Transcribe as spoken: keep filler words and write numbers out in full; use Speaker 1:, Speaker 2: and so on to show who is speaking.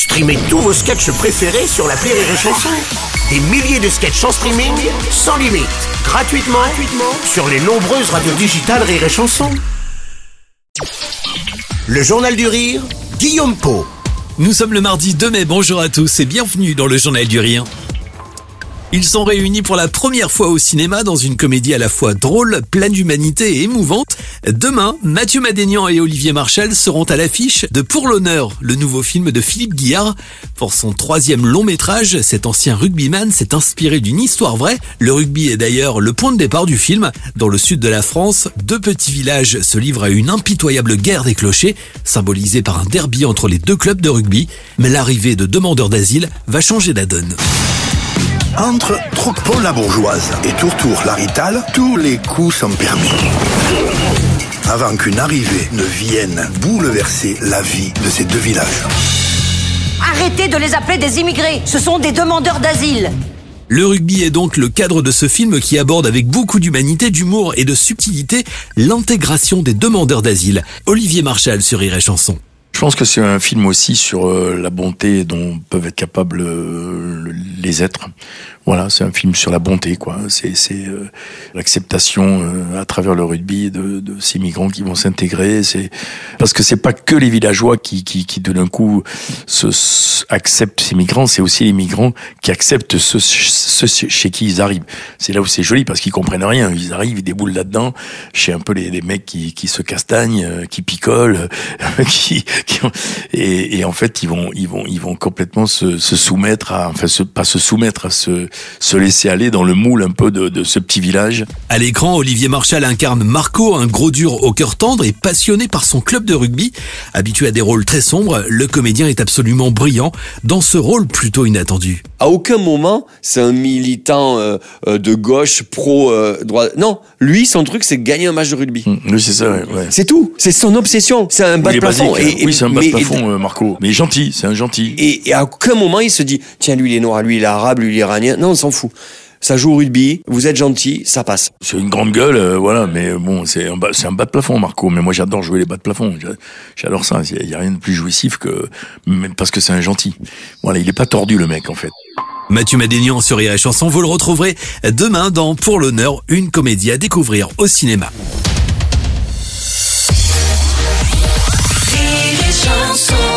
Speaker 1: Streamez tous vos sketchs préférés sur l'appli Rire et Chanson. Des milliers de sketchs en streaming, sans limite, gratuitement, gratuitement sur les nombreuses radios digitales Rire et Chanson. Le Journal du Rire, Guillaume Pau.
Speaker 2: Nous sommes le mardi deux mai, bonjour à tous et bienvenue dans le Journal du Rire. Ils sont réunis pour la première fois au cinéma dans une comédie à la fois drôle, pleine d'humanité et émouvante. Demain, Mathieu Madénian et Olivier Marchal seront à l'affiche de Pour l'honneur, le nouveau film de Philippe Guillard. Pour son troisième long métrage, cet ancien rugbyman s'est inspiré d'une histoire vraie. Le rugby est d'ailleurs le point de départ du film. Dans le sud de la France, deux petits villages se livrent à une impitoyable guerre des clochers, symbolisée par un derby entre les deux clubs de rugby. Mais l'arrivée de demandeurs d'asile va changer la donne.
Speaker 3: Entre Troc-Pont la bourgeoise et Tourtour la Rital, tous les coups sont permis. Avant qu'une arrivée ne vienne bouleverser la vie de ces deux villages.
Speaker 4: Arrêtez de les appeler des immigrés, ce sont des demandeurs d'asile.
Speaker 2: Le rugby est donc le cadre de ce film qui aborde avec beaucoup d'humanité, d'humour et de subtilité l'intégration des demandeurs d'asile. Olivier Marchal sur Rire et Chanson.
Speaker 5: Je pense que c'est un film aussi sur euh, la bonté dont peuvent être capables euh, les êtres. Voilà, c'est un film sur la bonté, quoi. C'est, c'est euh, l'acceptation euh, à travers le rugby de, de ces migrants qui vont s'intégrer. C'est parce que c'est pas que les villageois qui, qui, qui de d'un coup se, se acceptent ces migrants, c'est aussi les migrants qui acceptent ceux, ceux chez qui ils arrivent. C'est là où c'est joli parce qu'ils comprennent rien. Ils arrivent, ils déboulent là-dedans, chez un peu les, les mecs qui, qui se castagnent, euh, qui picolent, qui, qui ont, et, et en fait ils vont, ils vont, ils vont complètement se, se soumettre à, enfin, se, pas se soumettre à se se laisser aller dans le moule un peu de, de ce petit village.
Speaker 2: À l'écran, Olivier Marchal incarne Marco, un gros dur au cœur tendre et passionné par son club de rugby. Habitué à des rôles très sombres, le comédien est absolument brillant dans ce rôle plutôt inattendu.
Speaker 6: À aucun moment, c'est un militant euh, de gauche, pro, euh, droit. Non, lui, son truc, c'est gagner un match de rugby.
Speaker 5: Mmh, oui, c'est ça, ouais, ouais.
Speaker 6: C'est tout. C'est son obsession. C'est un bas de plafond.
Speaker 5: Basique,
Speaker 6: et, et,
Speaker 5: oui, c'est un bas de
Speaker 6: mais,
Speaker 5: plafond,
Speaker 6: et,
Speaker 5: euh, Marco. Mais gentil, c'est un gentil.
Speaker 6: Et, et à aucun moment, il se dit, tiens, lui, il est noir, lui, il est arabe, lui, il est iranien. Non, on s'en fout. Ça joue au rugby, vous êtes gentil, ça passe.
Speaker 5: C'est une grande gueule, euh, voilà, mais bon, c'est un, bas, c'est un bas de plafond, Marco. Mais moi, j'adore jouer les bas de plafond. J'adore ça. Il y a rien de plus jouissif que, même parce que c'est un gentil. Voilà, il est pas tordu, le mec, en fait.
Speaker 2: Mathieu Madénian sur Rire et Chanson, vous le retrouverez demain dans Pour l'honneur, une comédie à découvrir au cinéma.
Speaker 7: Rire et Chanson.